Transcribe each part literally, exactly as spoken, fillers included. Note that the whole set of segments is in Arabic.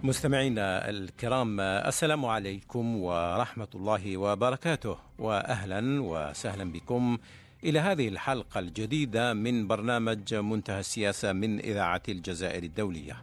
مستمعينا الكرام، السلام عليكم ورحمة الله وبركاته، وأهلا وسهلا بكم إلى هذه الحلقة الجديدة من برنامج منتهى السياسة من إذاعة الجزائر الدولية.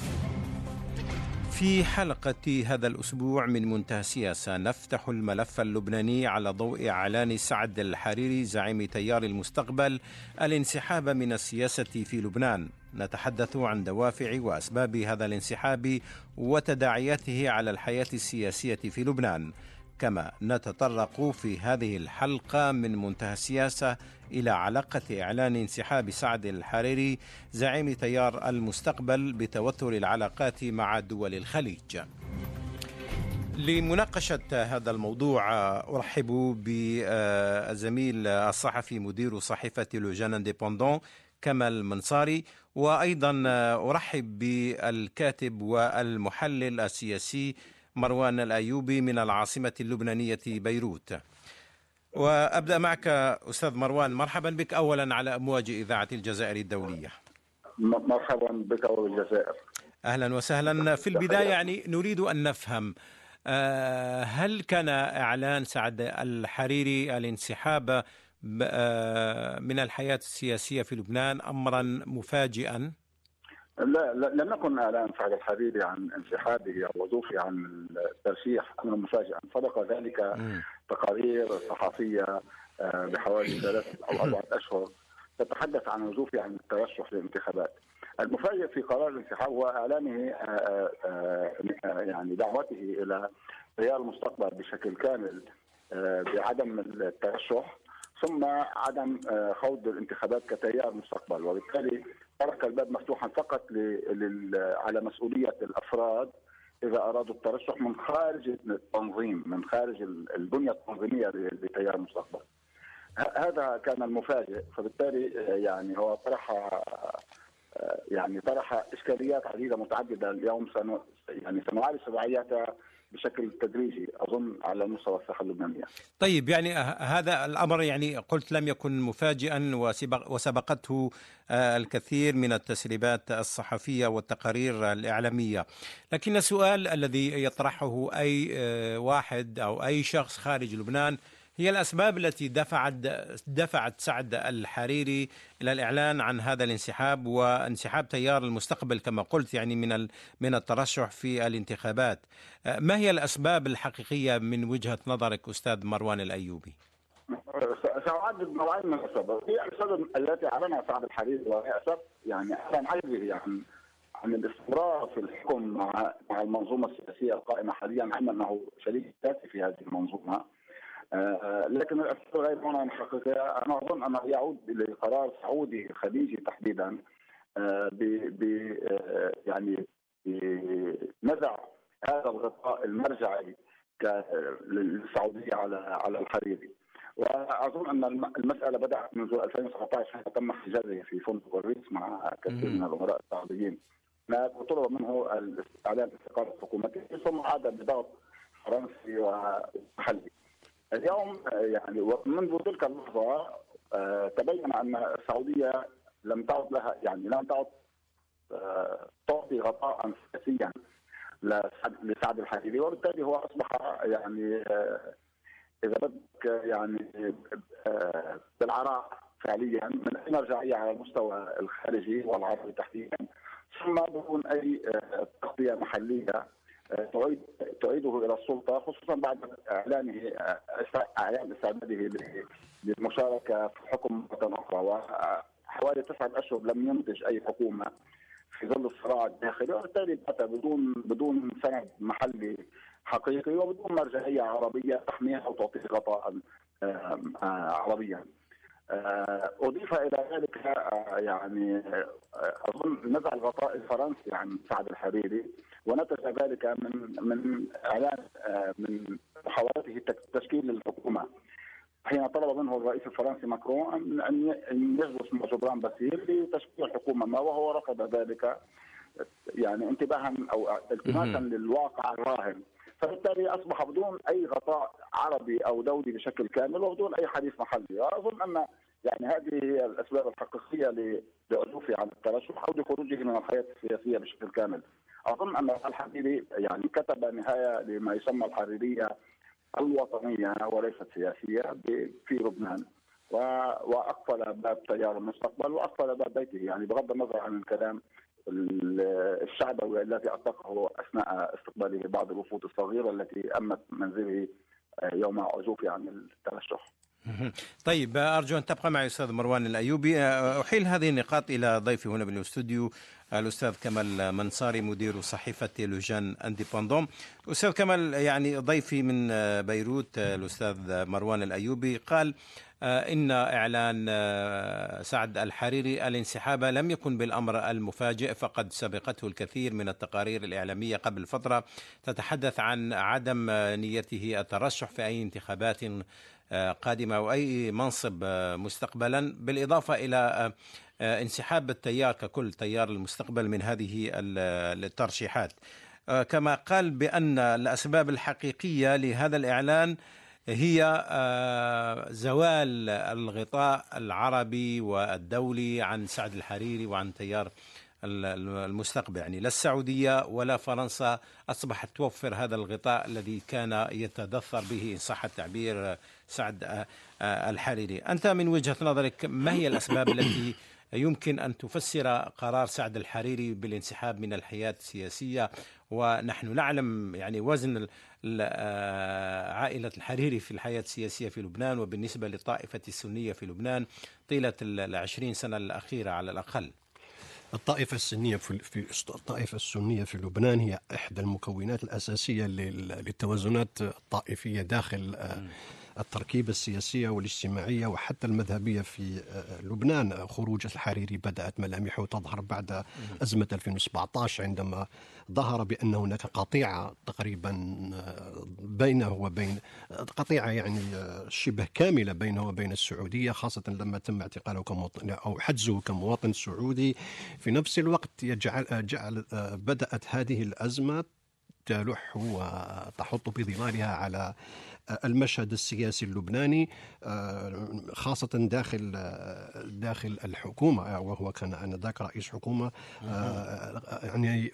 في حلقة هذا الأسبوع من منتهى السياسة نفتح الملف اللبناني على ضوء إعلان سعد الحريري زعيم تيار المستقبل الانسحاب من السياسة في لبنان. نتحدث عن دوافع وأسباب هذا الانسحاب وتداعياته على الحياة السياسية في لبنان، كما نتطرق في هذه الحلقة من منتهى السياسة إلى علاقة إعلان انسحاب سعد الحريري زعيم تيار المستقبل بتوتر العلاقات مع دول الخليج. لمناقشة هذا الموضوع أرحب بالزميل الصحفي مدير صحيفة لو جان انديبوندون كمال منصاري، وأيضا أرحب بالكاتب والمحلل السياسي مروان الأيوبي من العاصمة اللبنانية بيروت. وأبدأ معك أستاذ مروان، مرحبا بك أولا على أمواج إذاعة الجزائر الدولية. مرحبا بك والجزائر. أهلا وسهلا. في البداية يعني نريد أن نفهم، هل كان إعلان سعد الحريري الانسحاب من الحياة السياسية في لبنان أمرا مفاجئا؟ لا, لا لم يكن اعلان سعد الحريري عن انسحابه او وظوفه عن الترشيح امرا مفاجئا، سبق ذلك م. تقارير صحفيه بحوالي ثلاث او اربعه اشهر تتحدث عن وظوفه عن الترشح للانتخابات. المفاجئ في قرار الانسحاب هو اعلانه يعني دعوته الى تيار المستقبل بشكل كامل بعدم الترشح، ثم عدم خوض الانتخابات كتيار مستقبل، وبالتالي ترك الباب مفتوحا فقط على مسؤولية الأفراد إذا أرادوا الترشح من خارج التنظيم، من خارج البنية التنظيمية لتيار المستقبل. هذا كان المفاجئ، فبالتالي يعني هو طرح يعني طرح إشكاليات عديدة متعددة. اليوم سنو يعني سنعالج تبعياتها بشكل تدريجي أظن على مستوى الساحة اللبنانية. طيب، يعني هذا الأمر يعني قلت لم يكن مفاجئا وسبق وسبقته الكثير من التسريبات الصحفية والتقارير الإعلامية، لكن السؤال الذي يطرحه أي واحد أو أي شخص خارج لبنان هي الأسباب التي دفعت دفعت سعد الحريري إلى الإعلان عن هذا الانسحاب وانسحاب تيار المستقبل كما قلت، يعني من من الترشح في الانتخابات. ما هي الأسباب الحقيقية من وجهة نظرك أستاذ مروان الأيوبي؟ سأعدد نوعين من الأسباب. هي الأسباب التي أعلنها سعد الحريري وهي أسباب يعني أعلن عجزه عن عن الاستمرار في الحكم مع مع المنظومة السياسية القائمة حاليا، علما أنه شريك أساسي في هذه المنظومة. آه لكن الأسباب غير هنا حقيقية. أنا أظن أنه يعود لقرار سعودي خليجي تحديدا آه ب آه يعني نزع هذا الغطاء المرجعي للسعودية على على الحريري. وأظن أن المسألة بدأت منذ ألفين وسبعة عشر حين تم حجازه في فندق الريس مع كثير من الأمراء السعوديين، وطلب منه الاستعلام باستقالة حكومته، ثم عاد بضغط فرنسي ومحلي. اليوم يعني ومنذ تلك اللحظة تبين أن السعودية لم تعد لها يعني لم تعد تعطي غطاء سياسيا لسعد الحريري، وبالتالي هو أصبح يعني إذا بدك يعني بالعراء فعليا من أي مرجعية على المستوى الخارجي والعربي تحديدا، ثم بدون أي تغطية محلية تعيد تعيده الى السلطه، خصوصا بعد اعلانه اعلان استعداده للمشاركه في الحكم مره اخرى، وحوالي تسعه اشهر لم ينتج اي حكومه في ظل الصراع الداخلي، وبالتالي بات بدون بدون سند محلي حقيقي وبدون مرجعيه عربيه تحميه او تعطيه غطاء عربيا. أضيف إلى ذلك يعني أظن نزع الغطاء الفرنسي عن سعد الحريري، ونتج ذلك من من إعلان من محاولته تشكيل الحكومة، حين طلب منه الرئيس الفرنسي ماكرون أن يجلس مع جبران باسيل لتشكيل الحكومة ما، وهو رفض ذلك يعني انتباها أو التماسا للواقع الراهن. فبالتالي أصبح بدون أي غطاء عربي أو دولي بشكل كامل وبدون أي حديث محلي. وأظن أن يعني هذه هي الأسباب الحقيقية لعزوفه عن الترشح أو لخروجه من الحياة السياسية بشكل كامل. اظن ان الحريري يعني كتب نهايه لما يسمى الحريريه الوطنيه وليست سياسيه في لبنان، واقفل باب تيار المستقبل واقفل باب بيته، يعني بغض النظر عن الكلام الشعبوي الذي اطلقه اثناء استقباله بعض الوفود الصغيره التي امت منزله يوم عزوفه عن الترشح. طيب أرجو أن تبقى معي أستاذ مروان الأيوبي. أحيل هذه النقاط إلى ضيفي هنا بالاستوديو الأستاذ كمال منصاري مدير صحيفة لوجان انديبندون. أستاذ كمال، يعني ضيفي من بيروت الأستاذ مروان الأيوبي قال إن إعلان سعد الحريري الانسحاب لم يكن بالأمر المفاجئ، فقد سبقته الكثير من التقارير الإعلامية قبل فترة تتحدث عن عدم نيته الترشح في أي انتخابات قادمة أو أي منصب مستقبلا، بالإضافة إلى انسحاب التيار ككل تيار المستقبل من هذه الترشيحات. كما قال بأن الأسباب الحقيقية لهذا الإعلان هي زوال الغطاء العربي والدولي عن سعد الحريري وعن تيار المستقبل، يعني لا السعودية ولا فرنسا أصبحت توفر هذا الغطاء الذي كان يتدثر به إن صح التعبير سعد الحريري. أنت من وجهة نظرك ما هي الأسباب التي يمكن أن تفسر قرار سعد الحريري بالانسحاب من الحياة السياسية؟ ونحن نعلم يعني وزن عائلة الحريري في الحياة السياسية في لبنان وبالنسبة للطائفة السنية في لبنان طيلة العشرين سنة الأخيرة على الأقل. الطائفة السنية في الطائفة السنية في لبنان هي إحدى المكونات الأساسية للتوازنات الطائفية داخل التركيبة السياسية والاجتماعية وحتى المذهبية في لبنان. خروج الحريري بدأت ملامحه تظهر بعد أزمة ألفين وسبعة عشر عندما ظهر بأن هناك قطيعة تقريبا بينه وبين قطيعة يعني شبه كاملة بينه وبين السعودية، خاصة لما تم اعتقاله كمواطن أو حجزه كمواطن سعودي. في نفس الوقت يجعل جعل بدأت هذه الأزمة تلح وتحط بظلالها على المشهد السياسي اللبناني، خاصة داخل داخل الحكومة، وهو كان آنذاك رئيس حكومة. يعني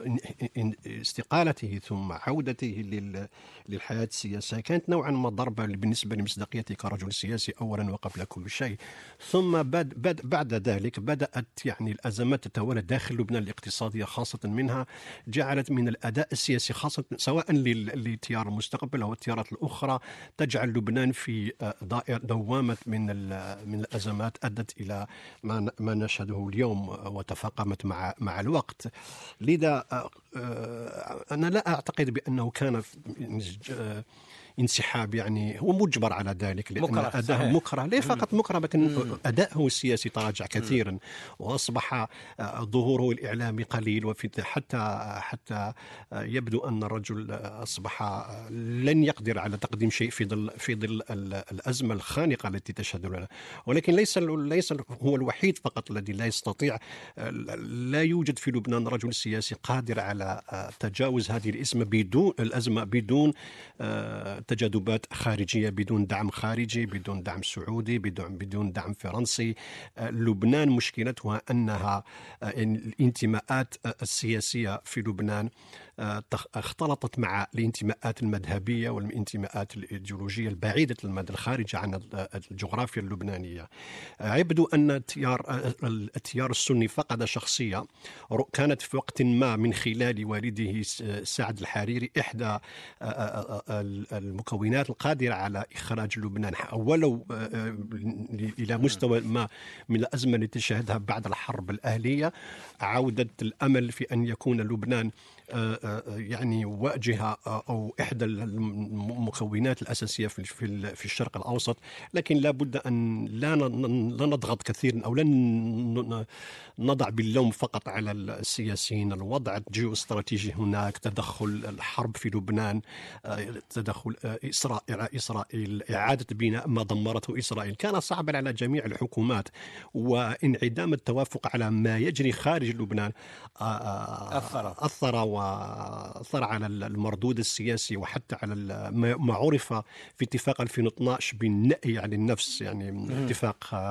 استقالته ثم عودته للحياة السياسية كانت نوعا ما ضربة بالنسبة لمصداقيته كرجل سياسي أولا وقبل كل شيء. ثم بعد بعد ذلك بدأت يعني الأزمات تتوالى داخل لبنان الاقتصادية، خاصة منها جعلت من الأداء السياسي خاصة سواء لتيار المستقبل أو التيارات الأخرى تجعل لبنان في دوامة من من الأزمات أدت إلى ما ما نشهده اليوم وتفاقمت مع مع الوقت. لذا أنا لا أعتقد بأنه كان انسحاب يعني هو مجبر على ذلك، لأن أداءه مكره، ليس فقط مكره لكن أداءه السياسي تراجع كثيرا وأصبح ظهوره الإعلامي قليل، وفي حتى حتى يبدو أن الرجل أصبح لن يقدر على تقديم شيء في ظل في ظل الأزمة الخانقة التي تشهد لنا. ولكن ليس ليس هو الوحيد فقط الذي لا يستطيع. لا يوجد في لبنان رجل سياسي قادر على تجاوز هذه الأزمة بدون الأزمة بدون تجاذبات خارجية، بدون دعم خارجي، بدون دعم سعودي، بدون بدون دعم فرنسي. لبنان مشكلتها أنها الانتماءات السياسية في لبنان اختلطت مع الانتماءات المذهبية والانتماءات الإيديولوجية البعيدة المدى الخارجة عن الجغرافيا اللبنانية. يبدو أن التيار التيار السني فقد شخصية كانت في وقت ما من خلال والده سعد الحريري إحدى المكونات القادرة على إخراج لبنان ولو إلى مستوى ما من الأزمة التي شهدها بعد الحرب الأهلية، عودة الأمل في أن يكون لبنان يعني واجهة أو إحدى المكونات الأساسية في في الشرق الأوسط. لكن لا بد أن لا نضغط كثيرا أو لن نضع باللوم فقط على السياسيين. الوضع الجيوستراتيجي هناك، تدخل الحرب في لبنان، تدخل إسرائيل إسرائيل إعادة بناء ما دمرته إسرائيل كان صعبا على جميع الحكومات، وانعدام التوافق على ما يجري خارج لبنان أثر أثر وأثر على المردود السياسي وحتى على ما عرف في اتفاق ألفين واثني عشر بالنأي عن النفس، يعني اتفاق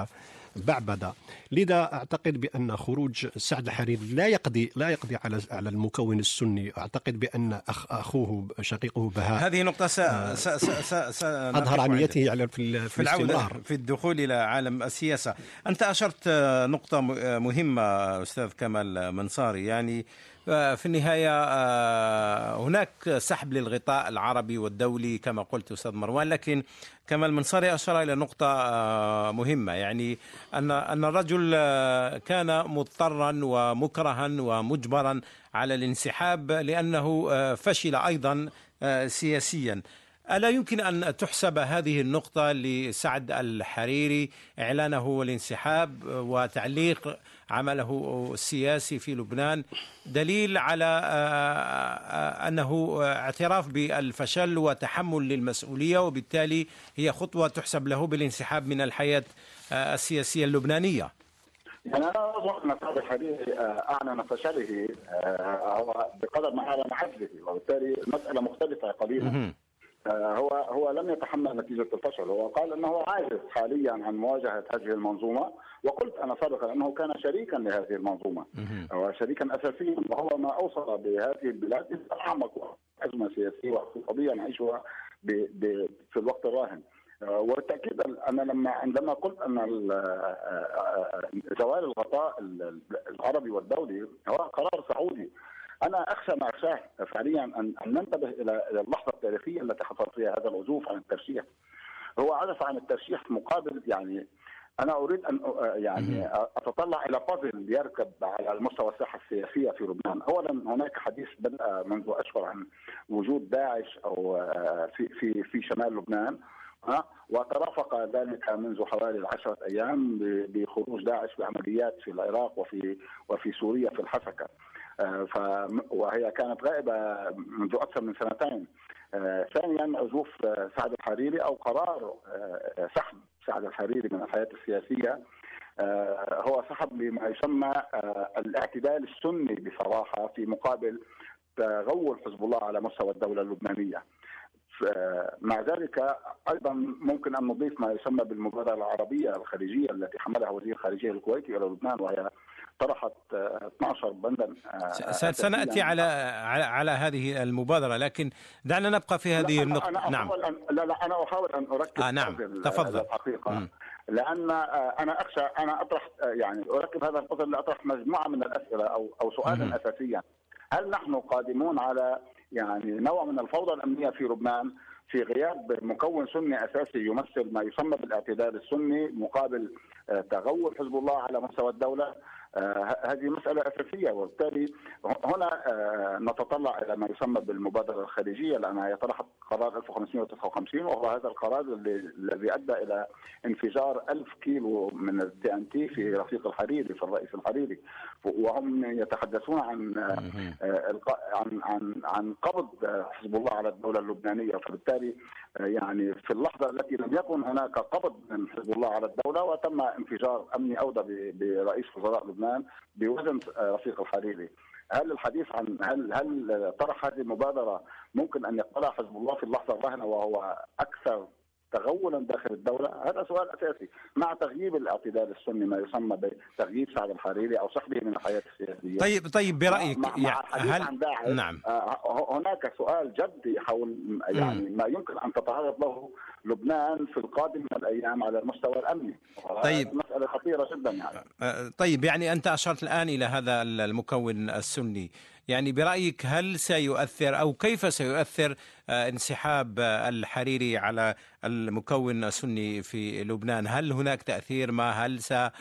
بعبدة. لذا أعتقد بأن خروج سعد الحريري لا يقضي لا يقضي على على المكون السني. أعتقد بأن أخ أخوه شقيقه بهاء هذه نقطة س... س... س... س... أظهر عن نيته على في, في العودة في الدخول إلى عالم السياسة. أنت أشرت نقطة مهمة أستاذ كمال منصاري، يعني في النهاية هناك سحب للغطاء العربي والدولي كما قلت أستاذ مروان، لكن كمال منصاري أشار إلى نقطة مهمة، يعني أن أن الرجل كان مضطرا ومكرها ومجبرا على الانسحاب لأنه فشل أيضا سياسيا. ألا يمكن أن تحسب هذه النقطة لسعد الحريري، إعلانه والانسحاب وتعليق عمله السياسي في لبنان، دليل على أنه اعتراف بالفشل وتحمل للمسؤولية، وبالتالي هي خطوة تحسب له بالانسحاب من الحياة السياسية اللبنانية؟ يعني أنا أظن أن سعد الحريري أعلن فشله هو بقدر ما أعلن عجزه، وبالتالي المسألة مختلفة قليلا. هو هو لم يتحمل نتيجة الفشل، هو قال أنه عاجز حاليا عن مواجهة هذه المنظومة، وقلت أنا سابقا أنه كان شريكا لهذه المنظومة وشريكا أساسيا، وهو ما أوصل بهذه البلاد إلى أعمق أزمة سياسية واقتصادية نعيشها في الوقت الراهن. وبالتأكيد أنا لما عندما قلت أن زوال الغطاء العربي والدولي هو قرار سعودي، أنا أخشى ما أخشاه فعليا أن ننتبه إلى اللحظة التاريخية التي حصل فيها هذا العزوف عن الترشيح. هو عزف عن الترشيح مقابل، يعني أنا أريد أن يعني أتطلع إلى بازل يركب على المستوى الساحة السياسية في لبنان. أولا هناك حديث بدأ منذ أشهر عن وجود داعش أو في في في شمال لبنان، وترافق ذلك منذ حوالي عشرة أيام بخروج داعش بعمليات في العراق وفي وفي سوريا في الحسكة، ف وهي كانت غائبة منذ أكثر من سنتين. ثانيا عزوف سعد الحريري أو قرار سحب سعد الحريري من الحياة السياسية هو سحب لما يسمى الاعتدال السني بصراحة في مقابل تغول حزب الله على مستوى الدولة اللبنانية. مع ذلك أيضا ممكن أن نضيف ما يسمى بالمبادرة العربية الخارجية التي حملها وزير الخارجية الكويتي إلى لبنان، وهي طرحت اثني عشر بندا. سنأتي على على على هذه المبادرة، لكن دعنا نبقى في هذه النقطة. أنا نعم. أن لا لا أنا أحاول أن أركب آه نعم. تفضل. الحقيقة م. لأن أنا أخشى أنا أطرح يعني أركب هذا الفصل لأطرح مجموعة من الأسئلة أو أو سؤالا أساسيا. هل نحن قادمون على يعني نوع من الفوضى الأمنية في لبنان في غياب مكون سني أساسي يمثل ما يسمى بالاعتدال السني مقابل تغول حزب الله على مستوى الدولة؟ آه هذه مسألة أساسية، وبالتالي هنا آه نتطلع إلى ما يسمى بالمبادرة الخارجية، لأنها طرحت قرار ألف وخمسمائة وتسعة وخمسين، وهو هذا القرار الذي أدى إلى انفجار ألف كيلو من التي ان تي في رفيق الحريري في الرئيس الحريري، وهم يتحدثون عن آه عن عن عن قبض حزب الله على الدولة اللبنانية. فبالتالي يعني في اللحظة التي لم يكن هناك قبض من حزب الله على الدولة وتم انفجار أمني أوضى برئيس وزراء لبنان بوزن رفيق الحريري، هل الحديث عن هل هل طرح هذه المبادرة ممكن أن يقبلها حزب الله في اللحظة الراهنة وهو أكثر تغولا داخل الدولة؟ هذا سؤال أساسي مع تغييب الاعتدال السني ما يسمى بتغييب سعد الحريري أو سحبه من الحياة السياسية. طيب طيب برأيك مع, مع هل عن داعش نعم هناك سؤال جدي حول يعني ما يمكن أن تتعرض له لبنان في القادم من الأيام على المستوى الأمني. طيب مسألة خطيرة جدا يعني. طيب يعني أنت أشرت الآن إلى هذا المكون السني، يعني برأيك هل سيؤثر أو كيف سيؤثر انسحاب الحريري على المكون السني في لبنان؟ هل هناك تأثير ما؟ هل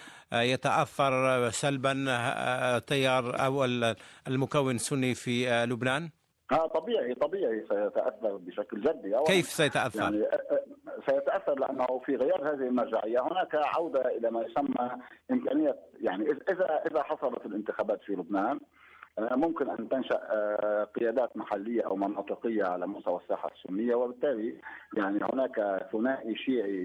سيتأثر سلبا تيار أو المكون السني في لبنان؟ اه طبيعي طبيعي سيتأثر بشكل جدي. كيف سيتأثر؟ يعني سيتأثر لأنه في غياب هذه المرجعية هناك عودة إلى ما يسمى إمكانية، يعني إذا إذا حصلت الانتخابات في لبنان ممكن أن تنشأ قيادات محلية أو مناطقية على مستوى الساحة السنية، وبالتالي يعني هناك ثنائي شيعي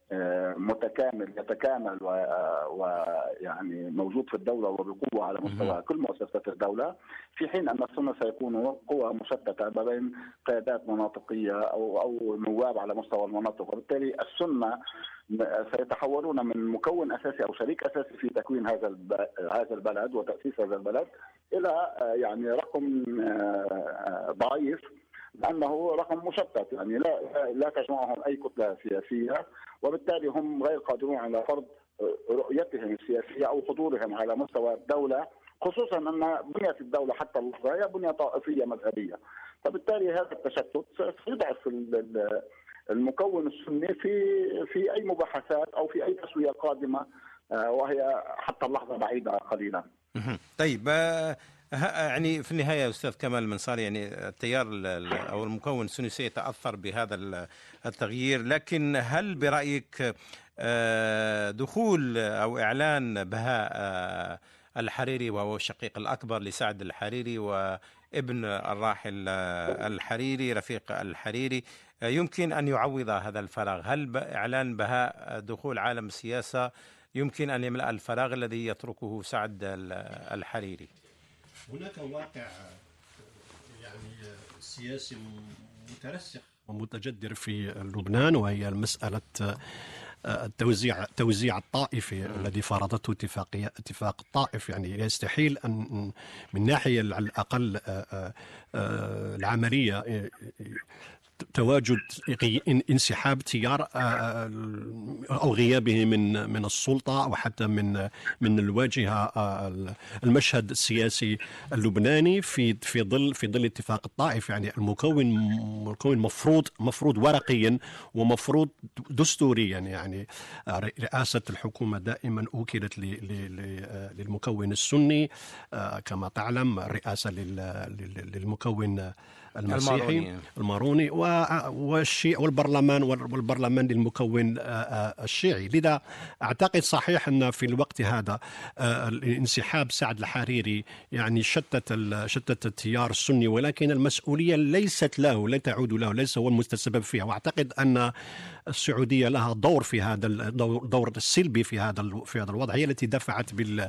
متكامل يتكامل ويعني موجود في الدولة وبقوة على مستوى كل مؤسسات الدولة، في حين أن السنة سيكونوا قوى مشتتة ما بين قيادات مناطقية أو أو نواب على مستوى المناطق، وبالتالي السنة سيتحولون من مكون أساسي أو شريك أساسي في تكوين هذا هذا البلد وتأسيس هذا البلد إلى يعني رقم ضعيف، لأنه رقم مشتت، يعني لا لا تجمعهم أي كتلة سياسية، وبالتالي هم غير قادرون على فرض رؤيتهم السياسية أو حضورهم على مستوى الدولة، خصوصا أن بنية الدولة حتى اللحظة هي بنية طائفية مذهبية. فبالتالي هذا التشتت سيضعف المكون السني في في أي مباحثات أو في أي تسوية قادمة، وهي حتى اللحظة بعيدة قليلا. طيب، يعني في النهاية أستاذ كمال المنصاري، يعني التيار أو المكون السني سيتأثر بهذا التغيير، لكن هل برأيك دخول أو إعلان بهاء الحريري وهو الشقيق الأكبر لسعد الحريري وابن الراحل الحريري رفيق الحريري يمكن أن يعوض هذا الفراغ؟ هل إعلان بهاء دخول عالم السياسة يمكن أن يملأ الفراغ الذي يتركه سعد الحريري؟ هناك واقع يعني سياسي مترسخ ومتجذر في لبنان، وهي المسألة التوزيع توزيع الطائفي الذي فرضته اتفاقية اتفاق الطائف. يعني يستحيل أن من ناحية على الأقل العملية تواجد انسحاب تيار او غيابه من من السلطه او حتى من من الواجهه المشهد السياسي اللبناني في في ظل في ظل اتفاق الطائف. يعني المكون مكون مفروض مفروض ورقيا ومفروض دستوريا. يعني رئاسه الحكومه دائما اوكلت للمكون السني كما تعلم، الرئاسه للمكون المسيحي الماروني والشيعي، والبرلمان والبرلمان للمكون الشيعي. لذا أعتقد صحيح أن في الوقت هذا الانسحاب سعد الحريري يعني شتت شتت التيار السني، ولكن المسؤولية ليست له، لا تعود له، ليس هو المتسبب فيها. وأعتقد أن السعودية لها دور في هذا الدور السلبي في هذا في هذا الوضع، هي التي دفعت بال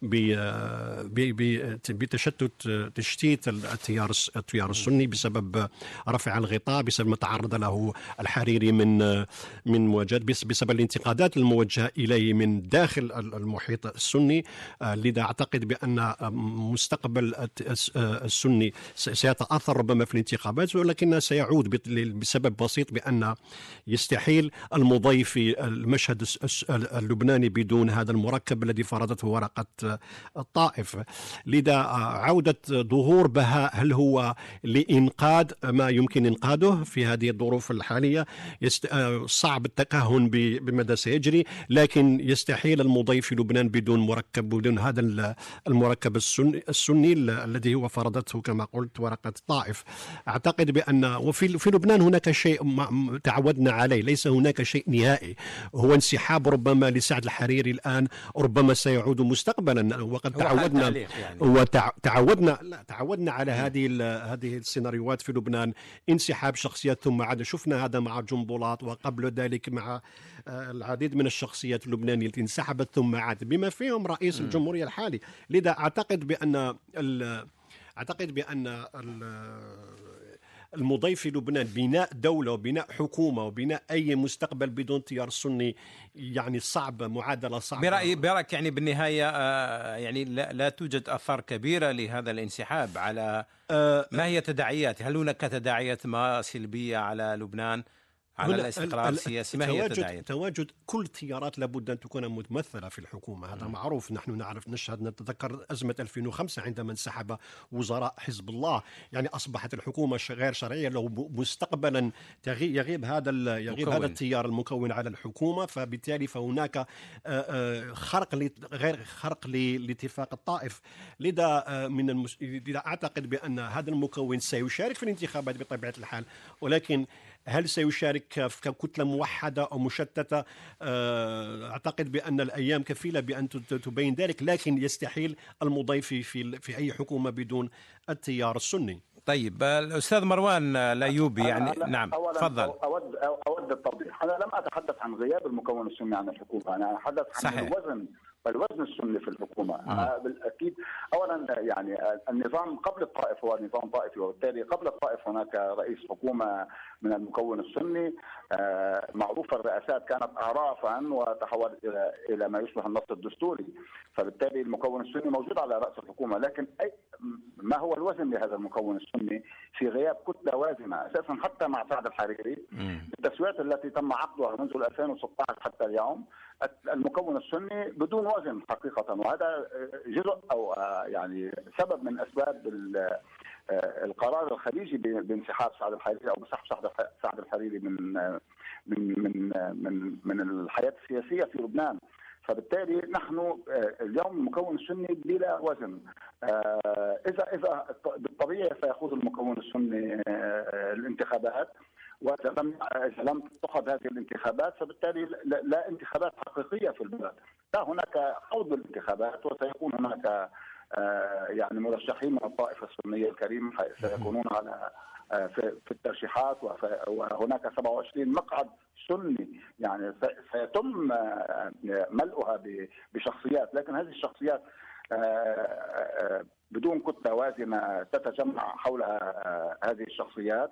بتشتت تشتيت التيار التيار السني بسبب رفع الغطاء، بسبب ما تعرض له الحريري من من مواجهات، بسبب الانتقادات الموجهة إليه من داخل المحيط السني. لذا أعتقد بأن مستقبل السني سيتأثر ربما في الانتخابات، ولكن سيعود بسبب بسيط، بأن يستحيل المضي في المشهد اللبناني بدون هذا المركب الذي فرضته ورقة الطائف. لذا عودة ظهور بهاء هل هو لإنقاذ ما يمكن إنقاذه في هذه الظروف الحالية؟ يست... صعب التكهن بمدى سيجري، لكن يستحيل المضي في لبنان بدون مركب، بدون هذا المركب السني, السني الذي هو فرضته كما قلت ورقة الطائف. أعتقد بأن وفي في لبنان هناك شيء تعودنا عليه، ليس هناك شيء نهائي، هو انسحاب ربما لسعد الحريري الآن، ربما سيعود مستقبلا، وقد تعودنا يعني. وتعودنا لا تعودنا على هذه هذه السيناريوهات في لبنان، انسحاب شخصيات ثم عاد. شفنا هذا مع جنبلاط، وقبل ذلك مع العديد من الشخصيات اللبنانية التي انسحبت ثم عاد، بما فيهم رئيس الجمهورية الحالي. لذا أعتقد بأن أعتقد بأن المضي في لبنان بناء دولة وبناء حكومة وبناء أي مستقبل بدون تيار سني يعني صعب، معادلة صعبة. برأي برأيك يعني بالنهاية يعني لا, لا توجد آثار كبيرة لهذا الانسحاب على ما هي تداعيات؟ هل هناك تداعيات ما سلبية على لبنان على الاستقرار السياسي؟ ما هي تداعيات؟ تواجد كل التيارات لابد أن تكون متمثلة في الحكومة، هذا م. معروف. نحن نعرف نشهد نتذكر أزمة ألفين وخمسة عندما انسحب وزراء حزب الله، يعني أصبحت الحكومة غير شرعية. لو مستقبلا يغيب هذا يغيب هذا التيار المكون على الحكومة، فبالتالي فهناك خرق غير خرق لاتفاق الطائف. لذا من المس... لذا أعتقد بأن هذا المكون سيشارك في الانتخابات بطبيعة الحال، ولكن هل سيشارك ككتلة موحدة أو مشتتة؟ أعتقد بأن الأيام كفيلة بأن تبين ذلك، لكن يستحيل المضي في في أي حكومة بدون التيار السني. طيب الأستاذ مروان الأيوبي يعني نعم تفضل. أود أود التوضيح، أنا لم أتحدث عن غياب المكون السني عن الحكومة، أنا أتحدث عن صحيح. الوزن الوزن السني في الحكومة. مم. بالأكيد أولا يعني النظام قبل الطائف هو نظام طائفي، وبالتالي قبل الطائف هناك رئيس حكومة من المكون السني. معروف الرئاسات كانت أعرافا وتحولت إلى إلى ما يشبه النص الدستوري، فبالتالي المكون السني موجود على رأس الحكومة. لكن أي ما هو الوزن لهذا المكون السني في غياب كتلة وازنة أساسا حتى مع سعد الحريري؟ التسويات التي تم عقدها منذ ألفين وستة عشر حتى اليوم المكون السني بدون وزن حقيقة، وهذا جزء أو يعني سبب من أسباب القرار الخليجي بانسحاب سعد الحريري أو بسحب سعد الحريري من من من من من الحياة السياسية في لبنان. فبالتالي نحن اليوم المكون السني بلا وزن. إذا إذا بالطبيعي سيخوض المكون السني الانتخابات، وإذا لم إذا لم تخض هذه الانتخابات فبالتالي لا انتخابات حقيقية في البلد، لا هناك خوض بالانتخابات، وسيكون هناك يعني مرشحين من الطائفة السنية الكريمة سيكونون على في الترشيحات، وهناك سبعة وعشرين مقعد سني يعني سيتم ملؤها بشخصيات، لكن هذه الشخصيات بدون كتلة وازنة تتجمع حولها هذه الشخصيات،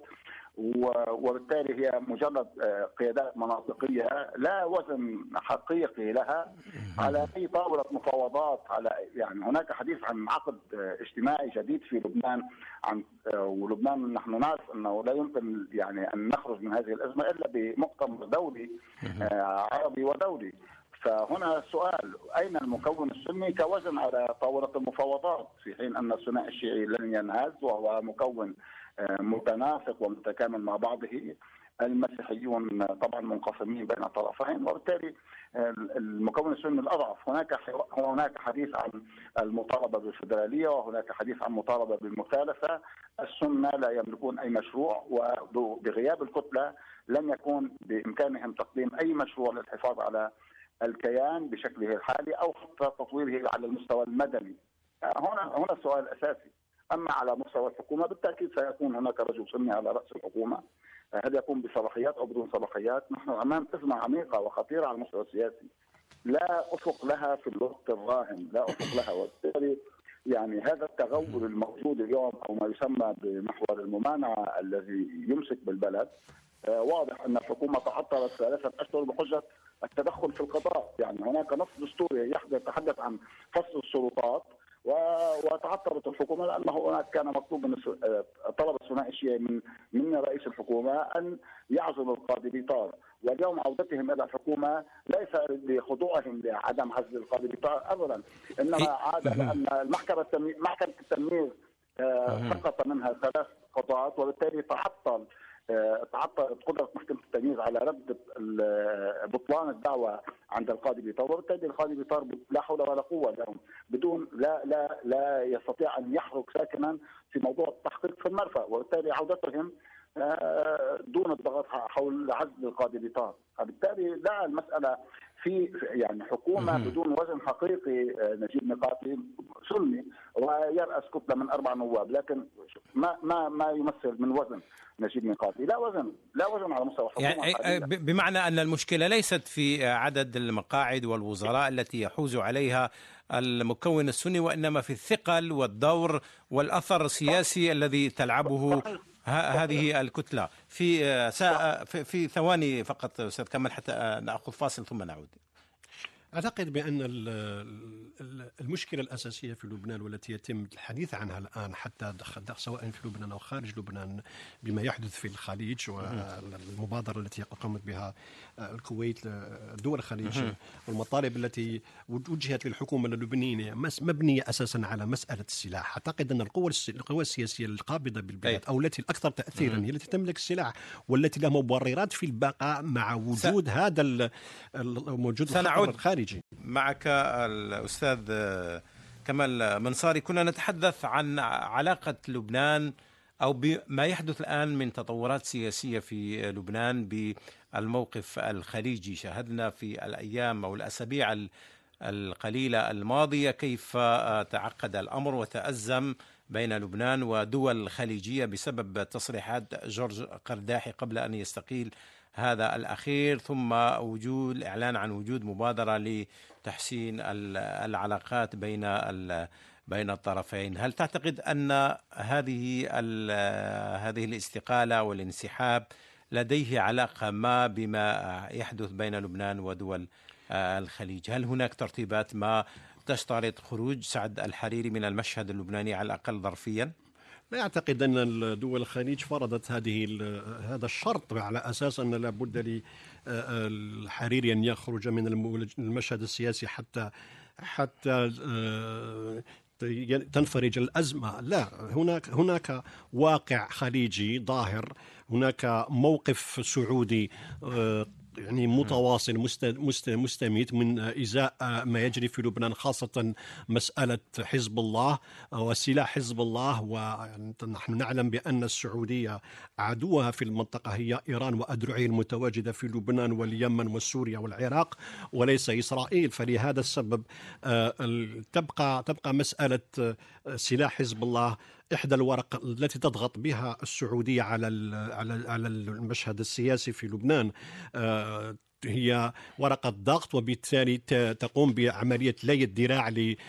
وبالتالي هي مجرد قيادات مناطقية لا وزن حقيقي لها على أي طاولة مفاوضات. على يعني هناك حديث عن عقد اجتماعي جديد في لبنان، عن ولبنان نحن نعرف أنه لا يمكن يعني أن نخرج من هذه الأزمة إلا بمؤتمر دولي عربي ودولي. فهنا السؤال أين المكون السني كوزن على طاولة المفاوضات، في حين أن الثنائي الشيعي لن ينهز وهو مكون متناسق ومتكامل مع بعضه، المسيحيون طبعا منقسمين بين الطرفين، وبالتالي المكون السني الأضعف. هناك هناك حديث عن المطالبة بالفدرالية، وهناك حديث عن مطالبة بالمثالثة. السنة لا يملكون أي مشروع، وبغياب الكتلة لن يكون بإمكانهم تقديم أي مشروع للحفاظ على الكيان بشكله الحالي أو حتى تطويره على المستوى المدني. هنا هنا السؤال الأساسي. أما على مستوى الحكومة بالتأكيد سيكون هناك رجل سني على رأس الحكومة، هل يكون بصلاحيات أو بدون صلاحيات. نحن أمام أزمة عميقة وخطيرة على المستوى السياسي لا أفق لها في الوقت الراهن، لا أفق لها، وبالتالي يعني هذا التغول الموجود اليوم أو ما يسمى بمحور الممانعة الذي يمسك بالبلد، واضح أن الحكومة تعطلت ثلاثة أشهر بحجة التدخل في القضاء. يعني هناك نص دستوري يتحدث عن فصل السلطات، وتعطلت الحكومه لانه هناك كان مطلوب من طلب الثنائي الشيعي من من رئيس الحكومه ان يعزل القاضي بيطار، واليوم عودتهم الى الحكومه ليس لخضوعهم لعدم عزل القاضي بيطار ابدا، انما عاد لان المحكمه التمييز محكمه التمييز سقط منها ثلاث قضاة، وبالتالي تعطل تعطلت قدرة محكمة التمييز على رد بطلان الدعوة عند القاضي بيطار، وبالتالي القاضي بيطار لا حول ولا قوة لهم، بدون لا لا لا يستطيع أن يحرك ساكنا في موضوع التحقيق في المرفأ، وبالتالي عودتهم دون الضغط حول عزل القاضي بيطار. فبالتالي لا المسألة في يعني حكومة بدون وزن حقيقي. نجيب ميقاتي سني ويرأس كتلة من أربع نواب، لكن ما ما ما يمثل من وزن نجيب ميقاتي، لا وزن لا وزن على مستوى الحكومة. يعني بمعنى أن المشكلة ليست في عدد المقاعد والوزراء التي يحوز عليها المكون السني، وإنما في الثقل والدور والأثر السياسي الذي تلعبه هذه الكتلة. في ساعة في, في ثواني فقط أستاذ كمال حتى نأخذ فاصل ثم نعود. أعتقد بأن المشكلة الأساسية في لبنان والتي يتم الحديث عنها الآن حتى سواء في لبنان أو خارج لبنان بما يحدث في الخليج والمبادرة التي قامت بها الكويت دول الخليج والمطالب التي وجهت للحكومة اللبنانية مبنية أساسا على مسألة السلاح. أعتقد أن القوى القوى السياسية القابضة بالبلاد أو التي الأكثر تأثيرا هي التي تملك السلاح والتي لها مبررات في البقاء مع وجود س... هذا الموجود الخطر الخارجي. معك الأستاذ كمال منصاري. كنا نتحدث عن علاقة لبنان أو بما يحدث الآن من تطورات سياسية في لبنان بالموقف الخليجي. شاهدنا في الأيام أو الأسابيع القليلة الماضية كيف تعقد الأمر وتأزم بين لبنان ودول الخليجية بسبب تصريحات جورج قرداحي قبل أن يستقيل هذا الأخير، ثم وجود الإعلان عن وجود مبادرة لتحسين العلاقات بين بين الطرفين. هل تعتقد أن هذه هذه الاستقالة والانسحاب لديه علاقة ما بما يحدث بين لبنان ودول الخليج؟ هل هناك ترتيبات ما تشترط خروج سعد الحريري من المشهد اللبناني على الأقل ظرفيا؟ لا أعتقد أن دول الخليج فرضت هذه هذا الشرط على أساس أن لابد للحريري أن يخرج من المشهد السياسي حتى حتى تنفرج الأزمة. لا، هناك هناك واقع خليجي ظاهر، هناك موقف سعودي يعني متواصل مستميت من إزاء ما يجري في لبنان، خاصة مسألة حزب الله وسلاح حزب الله. ونحن نعلم بأن السعودية عدوها في المنطقة هي إيران وأذرعها المتواجدة في لبنان واليمن وسوريا والعراق وليس إسرائيل. فلهذا السبب تبقى تبقى مسألة سلاح حزب الله إحدى الورق التي تضغط بها السعودية على على على المشهد السياسي في لبنان. هي ورقة ضغط، وبالتالي تقوم بعملية لي الذراع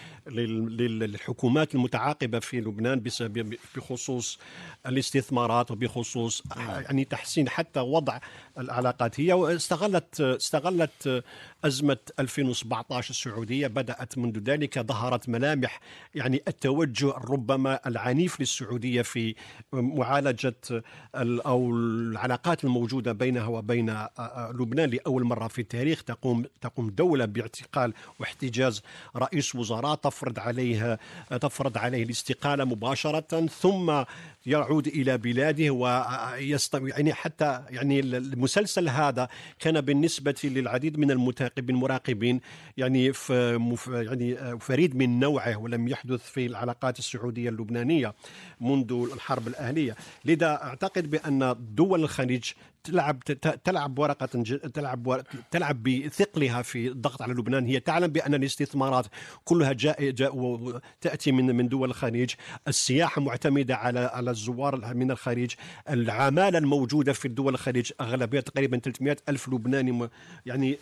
للحكومات المتعاقبة في لبنان بخصوص الاستثمارات وبخصوص يعني تحسين حتى وضع العلاقات. هي استغلت استغلت أزمة ألفين وسبعة عشر السعودية، بدأت منذ ذلك ظهرت ملامح يعني التوجه ربما العنيف للسعودية في معالجة أو العلاقات الموجودة بينها وبين لبنان. لأول مرة في التاريخ تقوم تقوم دولة باعتقال واحتجاز رئيس وزراء، تفرض عليه تفرض عليه الاستقالة مباشرة، ثم يعود إلى بلاده ويستمع. يعني حتى يعني المسلسل هذا كان بالنسبة للعديد من المتابعين المراقبين يعني يعني فريد من نوعه، ولم يحدث في العلاقات السعودية اللبنانية منذ الحرب الأهلية. لذا أعتقد بأن دول الخليج تلعب تلعب ورقة تلعب تلعب بثقلها في الضغط على لبنان. هي تعلم بأن الاستثمارات كلها جاء جاء تأتي من من دول الخليج، السياحة معتمدة على على الزوار من الخليج، العمالة الموجودة في الدول الخليج أغلبية تقريبا ثلاثمائة ألف لبناني يعني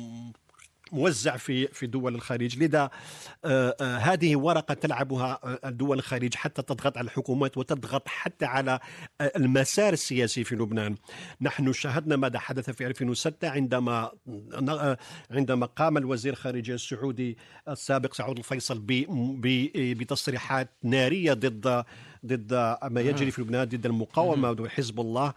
موزع في في دول الخليج. لذا آه آه هذه ورقة تلعبها دول الخليج حتى تضغط على الحكومات وتضغط حتى على آه المسار السياسي في لبنان. نحن شاهدنا ماذا حدث في ألفين وستة عندما آه عندما قام الوزير الخارجية السعودي السابق سعود الفيصل بتصريحات نارية ضد ضد ما يجري في لبنان، ضد المقاومة وحزب الله.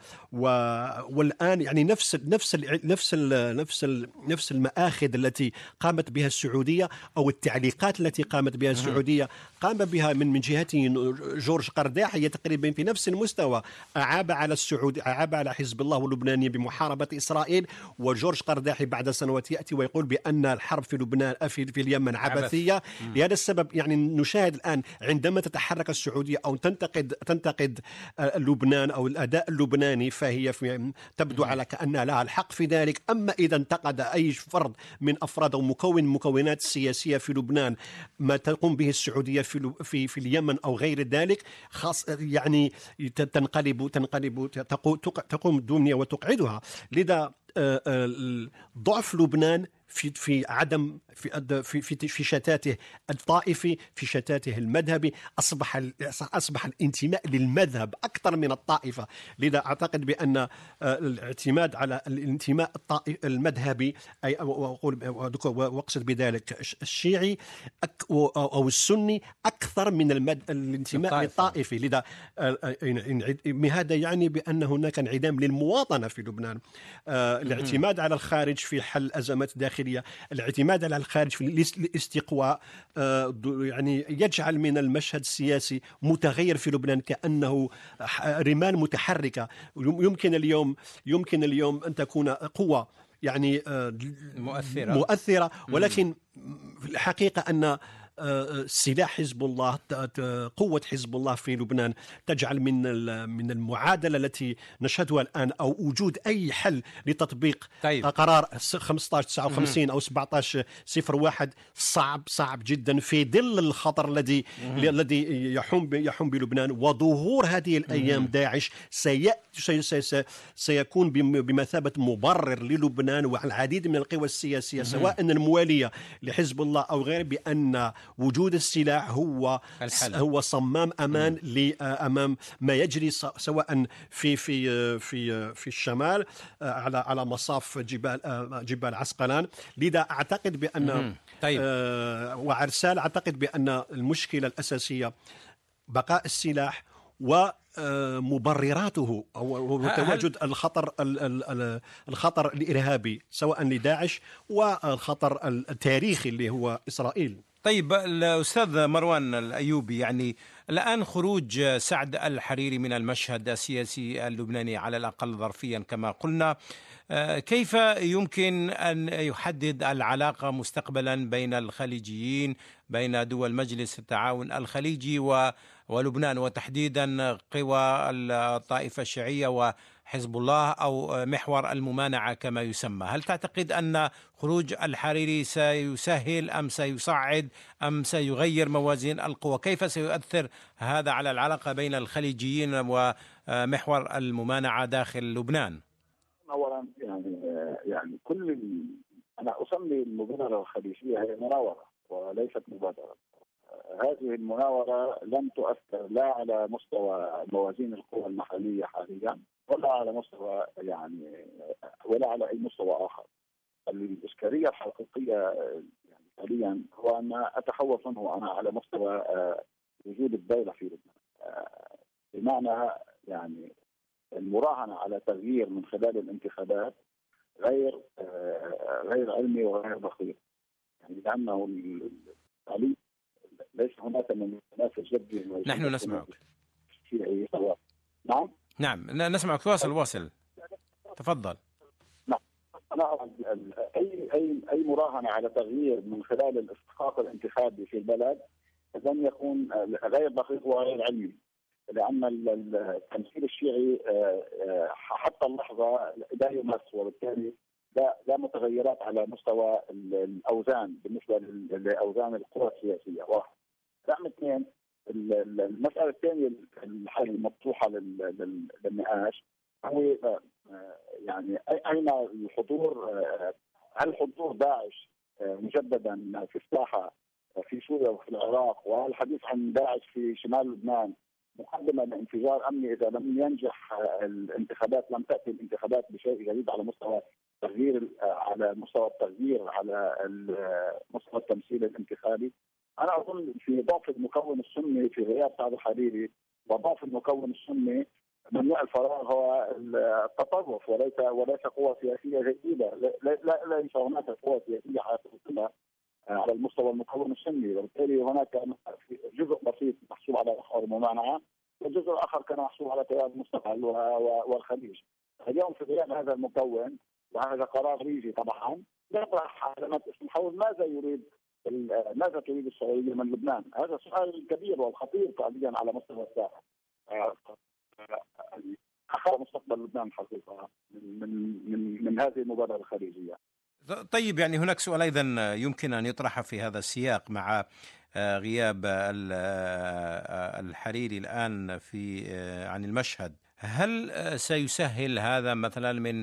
والآن يعني نفس نفس نفس نفس نفس المآخذ التي قامت بها السعودية أو التعليقات التي قامت بها السعودية قام بها من من جهته جورج قرداحي، هي تقريبا في نفس المستوى. أعاب على السعودي أعاب على حزب الله واللبناني بمحاربة إسرائيل، وجورج قرداحي بعد سنوات يأتي ويقول بأن الحرب في لبنان في, في اليمن عبثية. لهذا السبب يعني نشاهد الآن عندما تتحرك السعودية أو تنتقد تنتقد لبنان أو الأداء اللبناني، فهي في تبدو على كأن لها الحق في ذلك. أما إذا انتقد أي فرد من أفراد أو مكون مكونات السياسية في لبنان ما تقوم به السعودية في في في اليمن أو غير ذلك، خاص يعني تنقلب تنقلب تقوم الدنيا وتقعدها. لذا ضعف لبنان في في عدم في في في, في شتاته الطائفي، في شتاته المذهبي، اصبح اصبح الانتماء للمذهب اكثر من الطائفه. لذا اعتقد بان الاعتماد على الانتماء المذهبي، اي واقول واقصد بذلك الشيعي او السني اكثر من الانتماء الطائفي. لذا هذا يعني بان هناك انعدام للمواطنه في لبنان. الاعتماد على الخارج في حل ازمات داخليه، الاعتماد على الخارج في الاستقواء يعني يجعل من المشهد السياسي متغير في لبنان كأنه رمال متحركة. يمكن اليوم يمكن اليوم أن تكون قوة يعني مؤثرة مؤثرة ولكن في الحقيقة أن سلاح حزب الله، قوة حزب الله في لبنان تجعل من من المعادلة التي نشهدها الآن أو وجود أي حل لتطبيق طيب. قرار خمسة عشر تسعة وخمسين أو سبعة عشر صفر واحد صعب صعب جدا في ظل الخطر الذي الذي يحوم يحوم بلبنان، وظهور هذه الأيام داعش سيكون بمثابة مبرر للبنان والعديد من القوى السياسية سواء الموالية لحزب الله أو غيره بأن وجود السلاح هو الحل. هو صمام أمان لأمام ما يجري سواء في في في في الشمال على على مصاف جبال جبال عسقلان. لذا أعتقد بأن طيب. وعرسال أعتقد بأن المشكلة الأساسية بقاء السلاح ومبرراته أو تواجد الخطر الخطر الإرهابي سواء لداعش والخطر التاريخي اللي هو إسرائيل. طيب الأستاذ مروان الأيوبي، يعني الآن خروج سعد الحريري من المشهد السياسي اللبناني على الأقل ظرفيا كما قلنا، كيف يمكن أن يحدد العلاقة مستقبلا بين الخليجيين، بين دول مجلس التعاون الخليجي ولبنان، وتحديدا قوى الطائفة الشيعية وحزب الله أو محور الممانعة كما يسمى؟ هل تعتقد أن خروج الحريري سيسهل أم سيصعد أم سيغير موازين القوى؟ كيف سيؤثر هذا على العلاقة بين الخليجيين ومحور الممانعة داخل لبنان؟ اولا يعني يعني كل ال... انا اسمي المبادره الخليجيه هي مناوره وليست مبادره. هذه المناوره لن تؤثر لا على مستوى موازين القوى المحليه حاليا ولا على مستوى يعني ولا على اي مستوى اخر. الاشكاليه الحقيقيه يعني حاليا هو ان اتخوف منه انا على مستوى وجود الدوله في لبنان، بمعنى يعني المراهنة على تغيير من خلال الانتخابات غير غير علمي وغير دقيق، يعني لأنه التعليم ليس هناك من منافس جدي. نحن نسمعك. نعم نعم نسمعك، واصل واصل تفضل. نعم أنا أي أي أي مراهنة على تغيير من خلال الاستحقاق الانتخابي في البلد لن يكون غير دقيق وغير علمي، لأن التمثيل الشيعي حتى اللحظة لا يمس، وبالتالي لا لا متغيرات على مستوى الأوزان بالنسبة لأوزان القوى السياسية. واحد. رقم اثنين، المسألة الثانية الحالية المطروحة للنقاش هو يعني أين الحضور؟ هل حضور داعش مجددا في الساحة في سوريا وفي العراق، والحديث عن داعش في شمال لبنان مقدمة لانفجار أمني إذا لم ينجح الانتخابات، لم تأتي الانتخابات بشيء جديد على مستوى تغيير على مستوى التغيير على مستوى التمثيل الانتخابي. أنا أظن في ضعف المكون السني في غياب سعد الحريري وضعف المكون السني ممنوع الفراغ هو التطرف وليس وليس قوة سياسية جديدة. لا ليس هناك قوة سياسية حقيقية على المستوى المكون السني، وبالتالي هناك جزء بسيط محسوب على محور الممانعة والجزء الآخر كان محسوب على تيار المستقل والخليج. اليوم في غياب هذا المكون وهذا قرار ريجي طبعا يطرح علامات اسم حول ماذا يريد ماذا تريد السعودية من لبنان؟ هذا سؤال كبير والخطير فعليا على مستوى الساحة. أخر مستقبل لبنان حقيقة من من من هذه المبادرة الخليجية. طيب، يعني هناك سؤال أيضا يمكن أن يطرح في هذا السياق مع غياب الحريري الآن في عن المشهد. هل سيسهل هذا مثلا من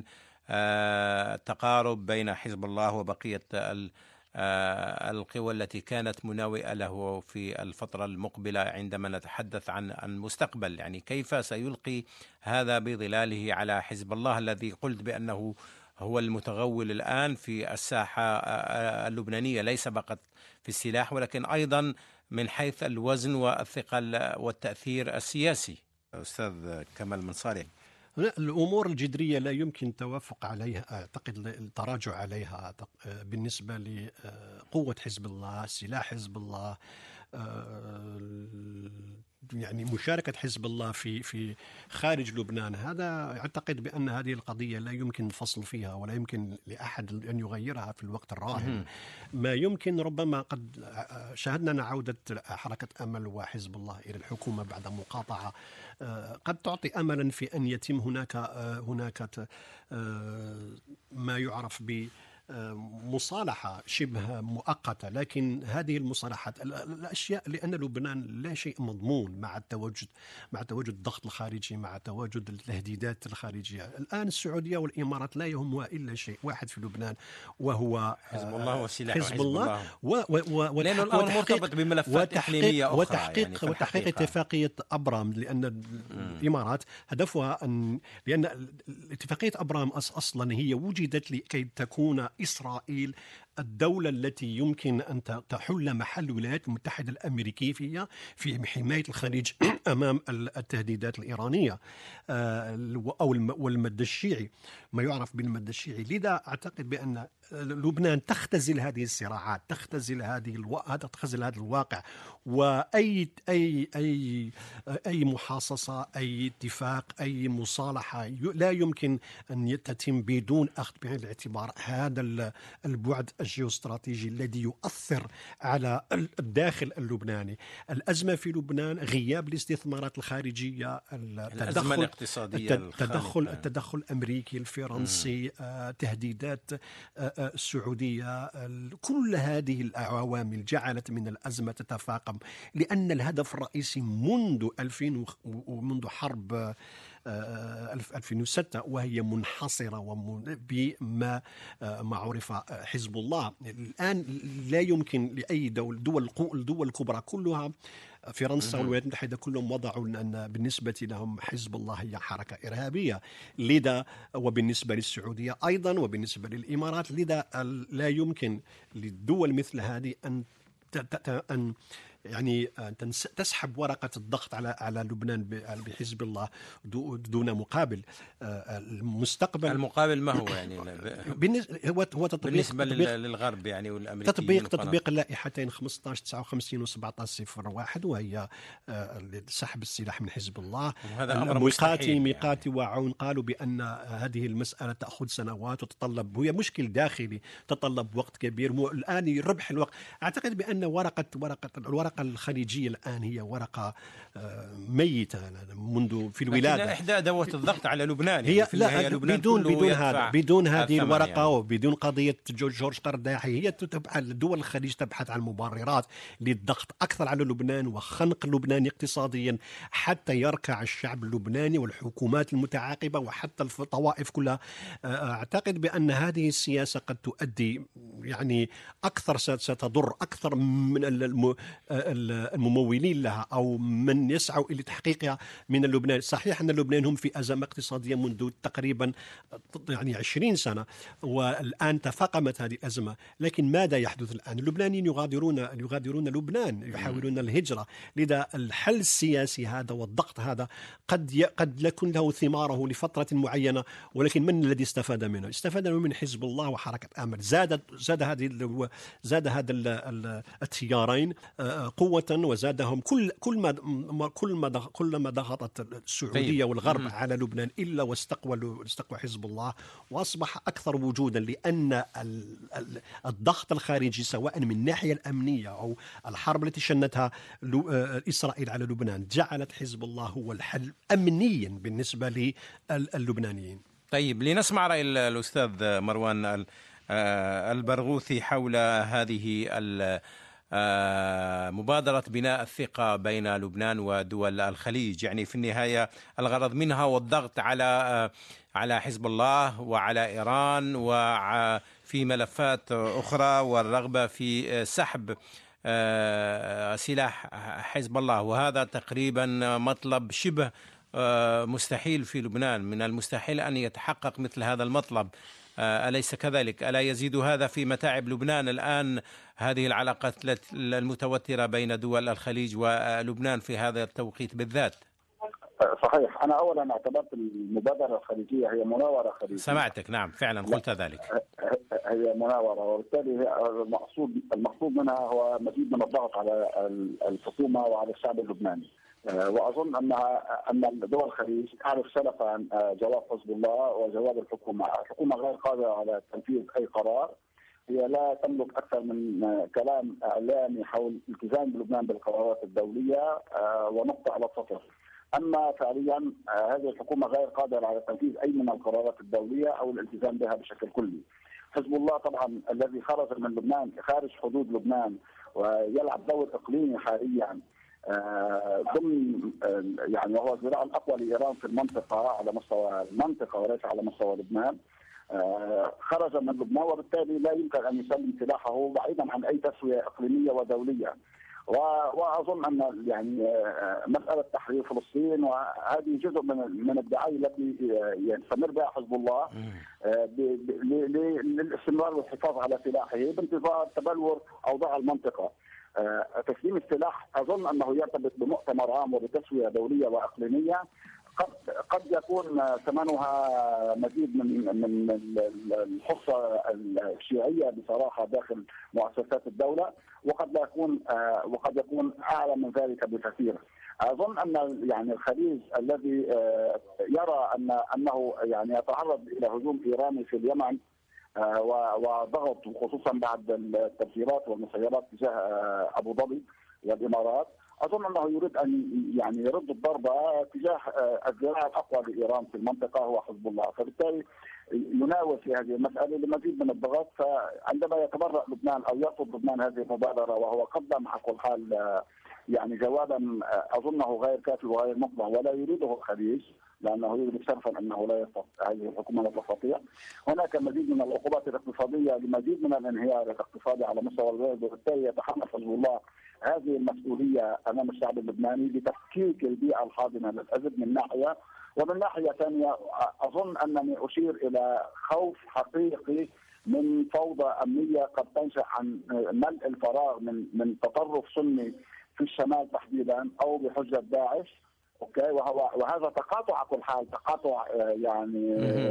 تقارب بين حزب الله وبقية القوى التي كانت مناوئة له في الفترة المقبلة عندما نتحدث عن المستقبل؟ يعني كيف سيلقي هذا بظلاله على حزب الله الذي قلت بأنه هو المتغول الآن في الساحة اللبنانية، ليس فقط في السلاح ولكن أيضا من حيث الوزن والثقل والتأثير السياسي؟ أستاذ كمال منصاري. الأمور الجذرية لا يمكن التوافق عليها، أعتقد التراجع عليها بالنسبة لقوة حزب الله، سلاح حزب الله، يعني مشاركة حزب الله في في خارج لبنان، هذا أعتقد بأن هذه القضية لا يمكن الفصل فيها ولا يمكن لأحد أن يغيرها في الوقت الراهن. ما يمكن ربما قد شاهدنا عودة حركة أمل وحزب الله إلى الحكومة بعد مقاطعة قد تعطي أملا في أن يتم هناك هناك ما يعرف ب مصالحة شبه مؤقتة، لكن هذه المصالحات الأشياء لأن لبنان لا شيء مضمون مع التواجد مع تواجد الضغط الخارجي، مع تواجد التهديدات الخارجية. الآن السعودية والإمارات لا يهمها إلا شيء واحد في لبنان، وهو حزب الله وسلاح حزب الله، لأنه الأمر مرتبط بملفات إقليمية أخرى وتحقيق يعني وتحقيق اتفاقية أبرام، لأن الإمارات هدفها أن لأن اتفاقية أبرام أصلا هي وجدت لكي تكون إسرائيل الدولة التي يمكن أن تحل محل الولايات المتحدة الأمريكية فيها في حماية الخليج أمام التهديدات الإيرانية أو والمد الشيعي، ما يعرف بالمد الشيعي. لذا أعتقد بأن لبنان تختزل هذه الصراعات، تختزل هذه الو... تختزل هذا الواقع، وأي أي أي أي محاصصة، أي اتفاق، أي مصالحة لا يمكن أن تتم بدون أخذ بعين الاعتبار هذا البعد الجيوستراتيجي الذي يؤثر على الداخل اللبناني. الأزمة في لبنان غياب الاستثمارات الخارجية، الأزمة الاقتصادية، التدخل التدخل الأمريكي الفرنسي، تهديدات السعودية، كل هذه العوامل جعلت من الأزمة تتفاقم، لأن الهدف الرئيسي منذ ألفين ومنذ حرب ألفين وستة وهي منحصرة بما ما عرف حزب الله. الآن لا يمكن لأي دول دول الدول الكبرى كلها، فرنسا والولايات المتحدة كلهم وضعوا أن بالنسبة لهم حزب الله هي حركة إرهابية، لذا وبالنسبة للسعودية أيضا وبالنسبة للإمارات، لذا لا يمكن للدول مثل هذه أن أن يعني تسحب ورقة الضغط على على لبنان بحزب الله دون مقابل. المستقبل المقابل ما هو يعني هو هو تطبيق بالنسبة للغرب يعني والأمريكيين، تطبيق تطبيق اللائحتين خمسة عشر تسعة وخمسين وسبعة عشر صفر واحد، وهي سحب السلاح من حزب الله. وهذا أمر ميقاتي ميقاتي وعون قالوا بأن هذه المسألة تأخذ سنوات وتتطلب، وهي مشكل داخلي تتطلب وقت كبير. الآن يربح الوقت. أعتقد بأن ورقة ورقة الورقة الخليجية الآن هي ورقة ميتة منذ في الولادة. إحدى أدوات الضغط على لبنان هي يعني لا هي لبنان بدون بدون هذا بدون هذه الورقة يعني. وبدون قضية جورج قرداحي، هي تبحث دول الخليج تبحث عن مبررات للضغط أكثر على لبنان وخنق لبنان اقتصاديا حتى يركع الشعب اللبناني والحكومات المتعاقبة وحتى الطوائف كلها. أعتقد بأن هذه السياسة قد تؤدي يعني أكثر ستضر أكثر من الممولين لها أو من يسعوا إلى تحقيقها من اللبنان. صحيح أن اللبنان هم في أزمة اقتصادية منذ تقريبا يعني عشرين سنة، والآن تفاقمت هذه الأزمة، لكن ماذا يحدث الآن؟ اللبنانيين يغادرون يغادرون لبنان، يحاولون الهجرة. لذا الحل السياسي هذا والضغط هذا قد ي... قد يكون له ثماره لفترة معينة، ولكن من الذي استفاد منه؟ استفاد من حزب الله وحركة أمل. زاد زاد هذه زاد هذا التيارين قوة، وزادهم كل كل ما كل ما كل ما ضغطت السعودية والغرب م- على لبنان إلا واستقوى استقوى حزب الله وأصبح أكثر وجودا، لأن الضغط الخارجي سواء من الناحية الأمنية أو الحرب التي شنتها إسرائيل على لبنان جعلت حزب الله هو الحل أمنيا بالنسبة للبنانيين. طيب، لنسمع رأي الأستاذ مروان البرغوثي حول هذه مبادرة بناء الثقة بين لبنان ودول الخليج. يعني في النهاية الغرض منها والضغط على على حزب الله وعلى إيران وفي ملفات أخرى، والرغبة في سحب سلاح حزب الله، وهذا تقريبا مطلب شبه مستحيل في لبنان. من المستحيل أن يتحقق مثل هذا المطلب، أليس كذلك؟ ألا يزيد هذا في متاعب لبنان الآن هذه العلاقات المتوترة بين دول الخليج ولبنان في هذا التوقيت بالذات؟ صحيح. أنا أولا اعتبرت المبادرة الخليجية هي مناورة خليجية. سمعتك، نعم فعلا قلت ذلك. هي مناورة، وبالتالي المقصود المقصود منها هو مزيد من الضغط على الحكومة وعلى الشعب اللبناني. واظن ان ان دول الخليج تعرف سلفا جواب حزب الله وجواب الحكومه، الحكومه غير قادره على تنفيذ اي قرار، هي لا تملك اكثر من كلام اعلامي حول الالتزام بلبنان بالقرارات الدوليه ونقطه على السطر. اما فعليا هذه الحكومه غير قادره على تنفيذ اي من القرارات الدوليه او الالتزام بها بشكل كلي. حزب الله طبعا الذي خرج من لبنان خارج حدود لبنان ويلعب دور اقليمي حاليا ضمن يعني وهو الذراع الاقوى لايران في المنطقه على مستوى المنطقه وليس على مستوى لبنان، خرج من لبنان وبالتالي لا يمكن ان يسلم سلاحه بعيدا عن اي تسويه اقليميه ودوليه. واظن ان يعني مساله تحرير فلسطين وهذه جزء من من الدعايه التي يستمر بها حزب الله للاستمرار والحفاظ على سلاحه بانتظار تبلور اوضاع المنطقه. تسليم السلاح اظن انه يرتبط بمؤتمر عام وبتسويه دوليه واقليميه قد قد يكون ثمنها مزيد من من الحصه الشيوعيه بصراحه داخل مؤسسات الدوله، وقد لا يكون وقد يكون اعلى من ذلك بكثير. اظن ان يعني الخليج الذي يرى ان انه يعني يتعرض الى هجوم ايراني في اليمن وضغط خصوصا بعد التفجيرات والمسيرات تجاه ابو ظبي والامارات، اظن انه يريد ان يعني يرد الضربه تجاه الذراع الاقوى لايران في المنطقه هو حزب الله، فبالتالي يناول في هذه المساله لمزيد من الضغط. فعندما يتبرأ لبنان او يرفض لبنان هذه المبادره وهو قدم على كل حال يعني جوابا اظنه غير كافي وغير مقنع ولا يريده الخليج لانه يدرك شرفا انه لا يستطيع هذه الحكومه لا تستطيع. هناك مزيد من العقوبات الاقتصاديه لمزيد من الانهيار الاقتصادي على مستوى البلد، وبالتالي يتحمل حزب الله هذه المسؤوليه امام الشعب اللبناني لتفكيك البيئه الحاضنه للازد من ناحيه، ومن ناحيه ثانيه اظن انني اشير الى خوف حقيقي من فوضى امنيه قد تنشا عن ملء الفراغ من من تطرف سني في الشمال تحديدا او بحجه داعش. اوكي، وهو وهذا تقاطع على كل حال تقاطع يعني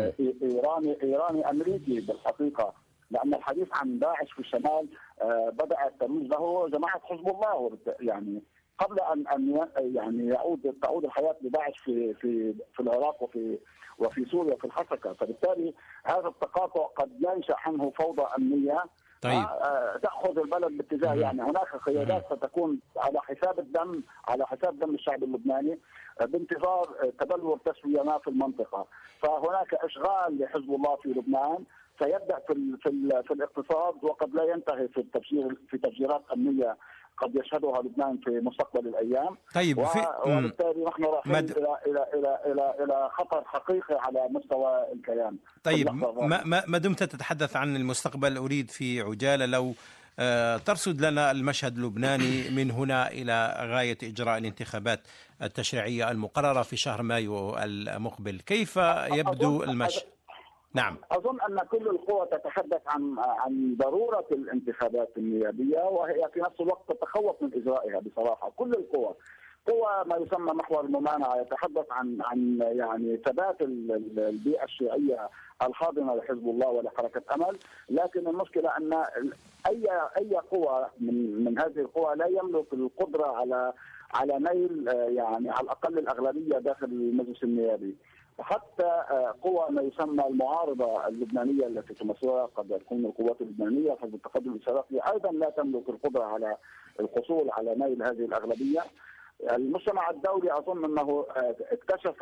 ايراني ايراني امريكي بالحقيقه، لان الحديث عن داعش في الشمال بدات تروج له جماعه حزب الله يعني قبل ان ان يعني يعود تعود الحياه لداعش في في في العراق وفي وفي سوريا وفي الحسكه، فبالتالي هذا التقاطع قد ينشا عنه فوضى امنيه طيب. تأخذ البلد باتجاه يعني هناك قيادات ستكون على حساب الدم على حساب دم الشعب اللبناني بانتظار تبلور تسوية ما في المنطقة. فهناك إشغال لحزب الله في لبنان سيبدأ في في في الاقتصاد وقد لا ينتهي في التفجير في تفجيرات أمنية قد يشهدها لبنان في مستقبل الايام. طيب وبالتالي نحن رايحين مد... الى الى الى الى الى خطر حقيقي على مستوى الكيان. طيب ما ما دمت تتحدث عن المستقبل اريد في عجاله لو ترصد لنا المشهد اللبناني من هنا الى غايه اجراء الانتخابات التشريعيه المقرره في شهر مايو المقبل، كيف يبدو المشهد؟ نعم. أظن أن كل القوى تتحدث عن عن ضرورة الانتخابات النيابية وهي في نفس الوقت تتخوف من إجرائها بصراحة. كل القوى قوى ما يسمى محور الممانعة يتحدث عن عن يعني ثبات البيئة الشيعية الحاضنة لحزب الله ولحركة أمل، لكن المشكلة أن أي أي قوى من من هذه القوى لا يملك القدرة على على نيل يعني على الأقل الأغلبية داخل المجلس النيابي. حتى قوى ما يسمى المعارضة اللبنانية التي تمثلها قد تكون القوات اللبنانية حزب التقدم الاشتراكي أيضا لا تملك القدرة على الحصول على نيل هذه الأغلبية. المجتمع الدولي أظن أنه اكتشف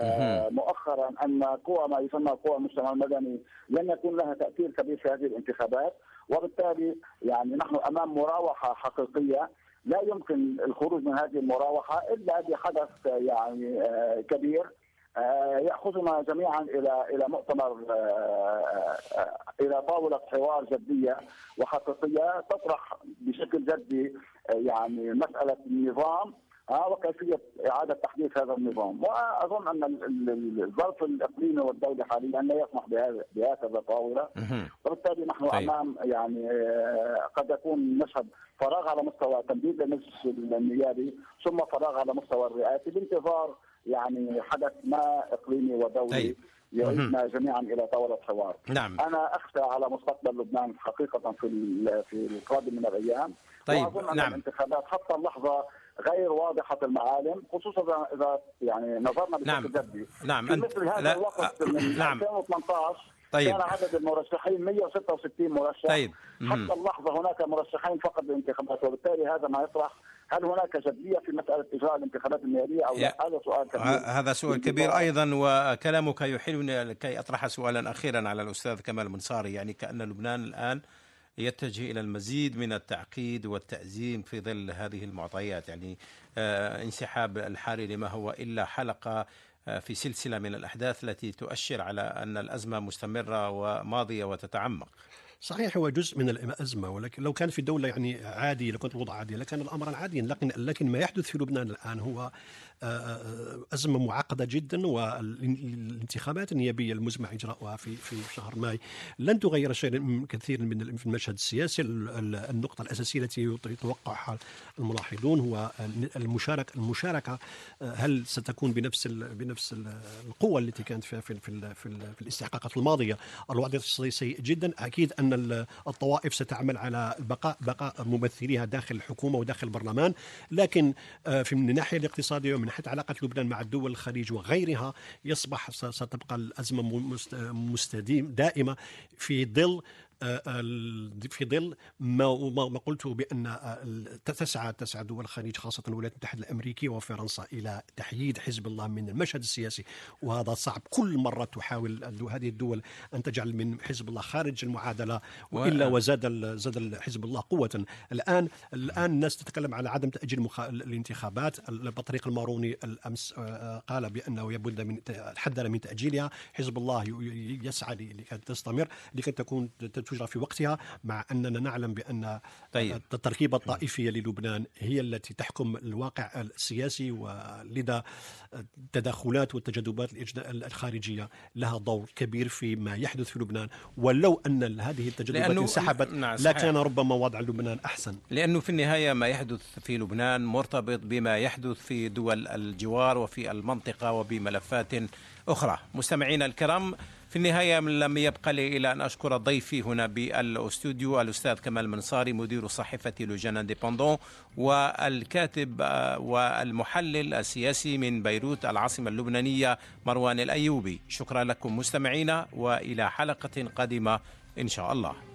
مؤخرا أن قوى ما يسمى قوى المجتمع المدني لن يكون لها تأثير كبير في هذه الانتخابات، وبالتالي يعني نحن أمام مراوحة حقيقية لا يمكن الخروج من هذه المراوحة إلا بحدث يعني كبير يأخذنا جميعا إلى إلى مؤتمر إلى طاولة حوار جدية وحقيقية تطرح بشكل جدي يعني مسألة النظام وكيفية إعادة تحديث هذا النظام. وأظن أن الظرف الإقليمي والدولي حاليا لا يسمح بهكذا طاولة، وبالتالي نحن طيب. أمام يعني قد يكون نشهد فراغ على مستوى تمديد المجلس النيابي ثم فراغ على مستوى الرئاسي بانتظار يعني حدث ما إقليمي ودولي طيب. يعيدنا جميعا إلى طاولة حوار. نعم. أنا أخشى على مستقبل لبنان حقيقة في في القادم من الأيام. طيب. وأظن أن نعم. الانتخابات حتى اللحظة غير واضحه المعالم، خصوصا اذا يعني نظرنا بشكل نعم. جدي. نعم. في مثل هذا لا. الوقت من نعم. ألفين وثمانية عشر طيب. كان عدد المرشحين مئة وستة وستين مرشح. طيب. حتى اللحظه هناك مرشحين فقط للانتخابات، وبالتالي هذا ما يطرح هل هناك جديه في مساله اجراء الانتخابات النيابيه او لا؟ هذا سؤال كبير. هذا سؤال كبير ايضا، وكلامك يحيلني لكي اطرح سؤالا اخيرا على الاستاذ كمال المنصاري. يعني كأن لبنان الان يتجه الى المزيد من التعقيد والتأزيم في ظل هذه المعطيات، يعني آه انسحاب الحالي لما هو الا حلقه آه في سلسله من الاحداث التي تؤشر على ان الازمه مستمره وماضيه وتتعمق. صحيح، هو جزء من الأزمة، ولكن لو كان في دولة يعني عادية، لو كانت الوضع عادي لكان الأمر عاديا، لكن لكن ما يحدث في لبنان الآن هو أزمة معقدة جدا، والانتخابات النيابية المزمع إجراؤها في في شهر ماي لن تغير شيئا كثيرا من في المشهد السياسي. النقطة الأساسية التي يتوقعها الملاحظون هو المشاركة المشاركة هل ستكون بنفس بنفس القوة التي كانت في في في, في الاستحقاقات الماضية؟ الوضع سيء جدا. أكيد أن الطوائف ستعمل على بقاء بقاء ممثليها داخل الحكومة وداخل البرلمان، لكن في من الناحية الاقتصادية ومن ناحية علاقة لبنان مع الدول الخليج وغيرها يصبح ستبقى الأزمة مستديم دائمة في ظل في ظل ما ما قلته بأن تسعى تسعى دول الخليج خاصة الولايات المتحدة الأمريكية وفرنسا إلى تحييد حزب الله من المشهد السياسي، وهذا صعب. كل مرة تحاول هذه الدول أن تجعل من حزب الله خارج المعادلة، وإلا وزاد زاد حزب الله قوة. الآن الآن الناس تتكلم على عدم تأجيل الانتخابات. البطريق الماروني الأمس قال بأنه لابد من حذر من تأجيلها. حزب الله يسعى لكي تستمر لكي تكون تجرى في وقتها، مع أننا نعلم بأن طيب. التركيبة الطائفية للبنان هي التي تحكم الواقع السياسي، ولذا التدخلات والتجاذبات الخارجية لها دور كبير فيما يحدث في لبنان. ولو أن هذه التجاذبات انسحبت لكان ربما وضع لبنان أحسن، لأنه في النهاية ما يحدث في لبنان مرتبط بما يحدث في دول الجوار وفي المنطقة وبملفات أخرى. مستمعينا الكرام، في النهاية لم يبقى لي إلا أن أشكر ضيفي هنا بالاستوديو الأستاذ كمال المنصاري مدير صحيفة لوجان انديبندون، والكاتب والمحلل السياسي من بيروت العاصمة اللبنانية مروان الأيوبي. شكرا لكم مستمعينا، وإلى حلقة قادمة إن شاء الله.